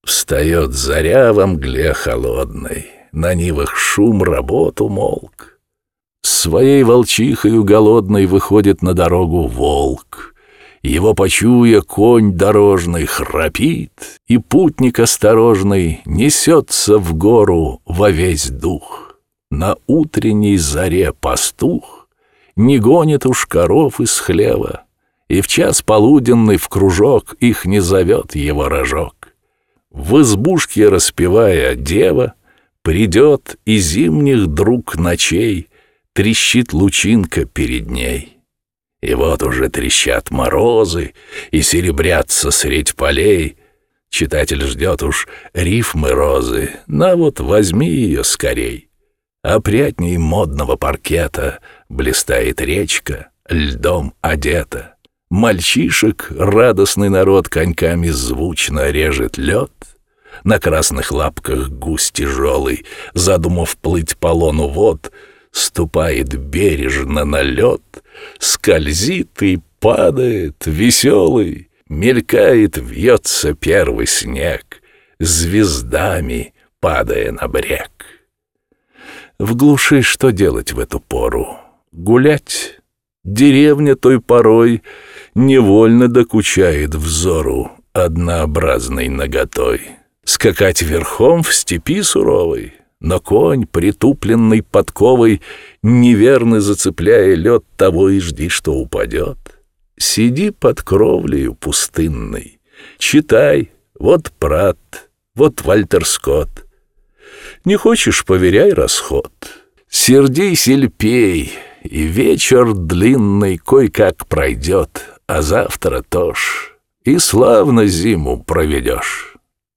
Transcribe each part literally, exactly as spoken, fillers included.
Встает заря во мгле холодной, на нивах шум работ умолк. С своей волчихою голодной выходит на дорогу волк. Его почуя, конь дорожный храпит, и путник осторожный несется в гору во весь дух. На утренней заре пастух не гонит уж коров из хлева, и в час полуденный в кружок их не зовет его рожок. В избушке распевая дева, придет и зимних друг ночей трещит лучинка перед ней. И вот уже трещат морозы и серебрятся средь полей. Читатель ждет уж рифмы розы, на вот возьми ее скорей. Опрятней модного паркета блистает речка, льдом одета. Мальчишек радостный народ коньками звучно режет лед. На красных лапках гусь тяжелый, задумав плыть по лону вод, ступает бережно на лед, скользит и падает, веселый, мелькает, вьется первый снег, звездами падая на брег. В глуши что делать в эту пору? Гулять? Деревня той порой невольно докучает взору однообразной наготой. Скакать верхом в степи суровой, но конь, притупленный подковой, неверно зацепляя лед, того и жди, что упадет. Сиди под кровлею пустынной, читай, вот Прат, вот Вальтер Скотт. Не хочешь — поверяй расход. Сердись или пей, и вечер длинный кой-как пройдет, а завтра тоже, и славно зиму проведешь.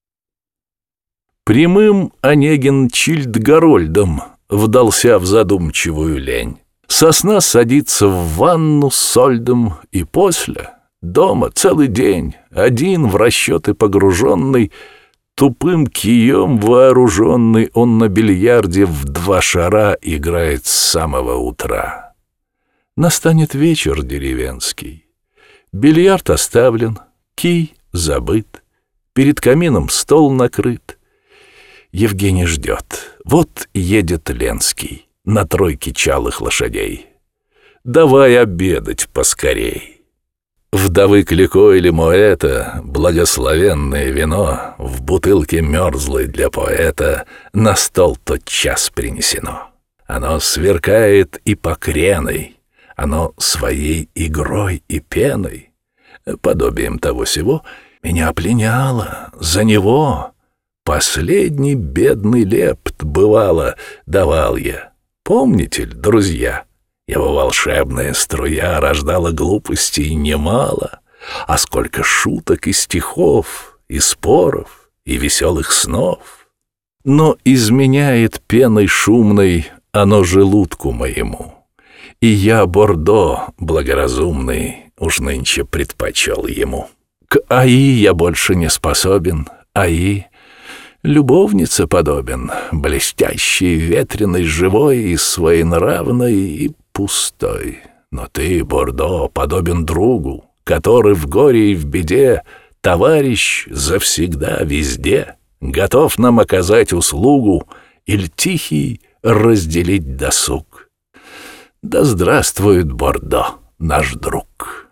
Прямым Онегин Чильд-Гарольдом вдался в задумчивую лень. Со сна садится в ванну с Сольдом, и после дома целый день, один в расчеты погруженный, тупым кием вооруженный, он на бильярде в два шара играет с самого утра. Настанет вечер деревенский. Бильярд оставлен, кий забыт, перед камином стол накрыт. Евгений ждет. Вот едет Ленский на тройке чалых лошадей. Давай обедать поскорей. Вдовы Клико или Моэта благословенное вино в бутылке мерзлой для поэта на стол тотчас принесено. Оно сверкает и покреной, оно своей игрой и пеной, подобием того сего, меня пленяло за него. Последний бедный лепт, бывало, давал я. Помните ли, друзья, его волшебная струя рождала глупостей немало, а сколько шуток и стихов, и споров, и веселых снов. Но изменяет пеной шумной оно желудку моему, и я Бордо благоразумный уж нынче предпочел ему. К Аи я больше не способен, Аи любовнице подобен, блестящей, ветреной, живой и своенравной, и пустой. Но ты, Бордо, подобен другу, который в горе и в беде, товарищ завсегда везде, готов нам оказать услугу или тихий разделить досуг. Да здравствует Бордо, наш друг.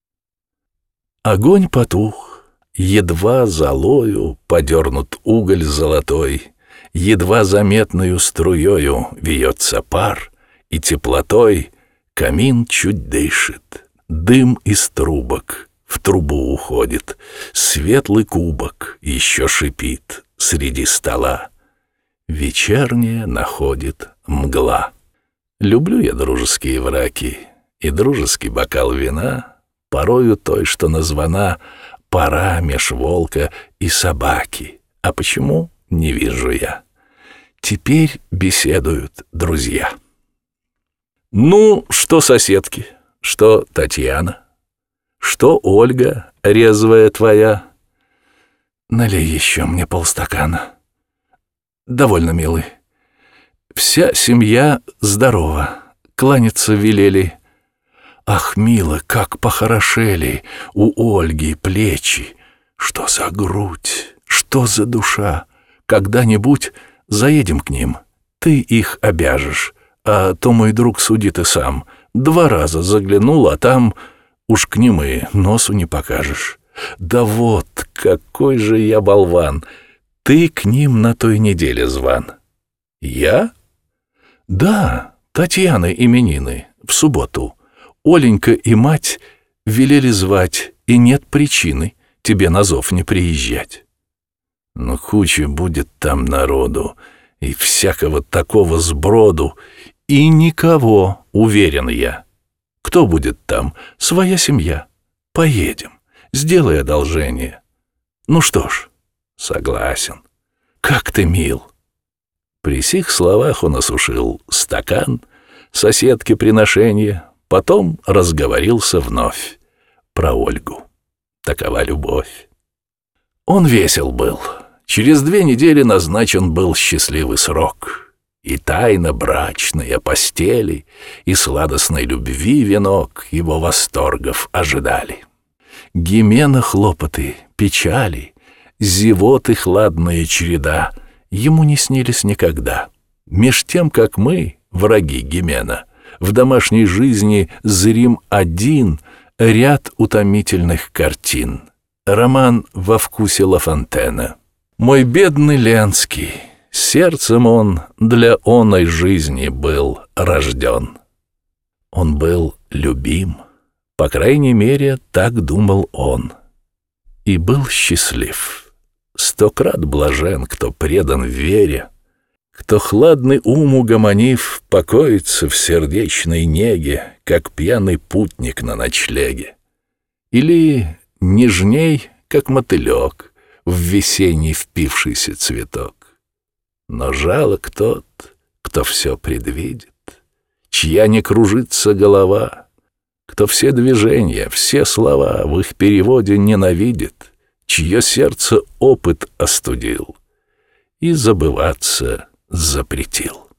Огонь потух. Едва золою подернут уголь золотой, едва заметною струёю вьется пар, и теплотой камин чуть дышит, дым из трубок в трубу уходит, светлый кубок еще шипит среди стола. Вечерняя находит мгла. Люблю я дружеские враки и дружеский бокал вина, порою той, что названа пора меж волка и собаки. А почему, не вижу я. Теперь беседуют друзья. Ну, что соседки, что Татьяна, что Ольга, резвая твоя. Налей еще мне полстакана. Довольно, милый. Вся семья здорова, кланяться велели. Ах, мило, как похорошели у Ольги плечи! Что за грудь, что Что за душа? Когда-нибудь заедем к ним. Ты их обяжешь, а то мой друг судит и сам. Два раза заглянул, а там уж к ним и носу не покажешь. Да вот, какой же я болван! Ты к ним на той неделе зван. Я? Да, Татьяны именины, в субботу. Оленька и мать велели звать, и нет причины тебе на зов не приезжать. Но куча будет там народу, и всякого такого сброду, и никого, уверен я. Кто будет там? Своя семья. Поедем, сделай одолжение. Ну что ж, согласен. Как ты мил. При сих словах он осушил стакан, соседке приношение, потом разговорился вновь про Ольгу. Такова любовь. Он весел был. Через две недели назначен был счастливый срок. И тайна брачная постели, и сладостной любви венок его восторгов ожидали. Гимена хлопоты, печали, зевоты хладная череда ему не снились никогда. Меж тем, как мы, враги Гимена, в домашней жизни зрим один ряд утомительных картин. Роман во вкусе Ла Фонтена. Мой бедный Ленский, сердцем он для оной жизни был рожден. Он был любим, по крайней мере, так думал он. И был счастлив. Стократ блажен, кто предан вере, кто хладный ум угомонив, покоится в сердечной неге, как пьяный путник на ночлеге. Или нежней, как мотылек, в весенний впившийся цветок. Но жалок тот, кто все предвидит, чья не кружится голова, кто все движения, все слова в их переводе ненавидит, чье сердце опыт остудил и забываться запретил.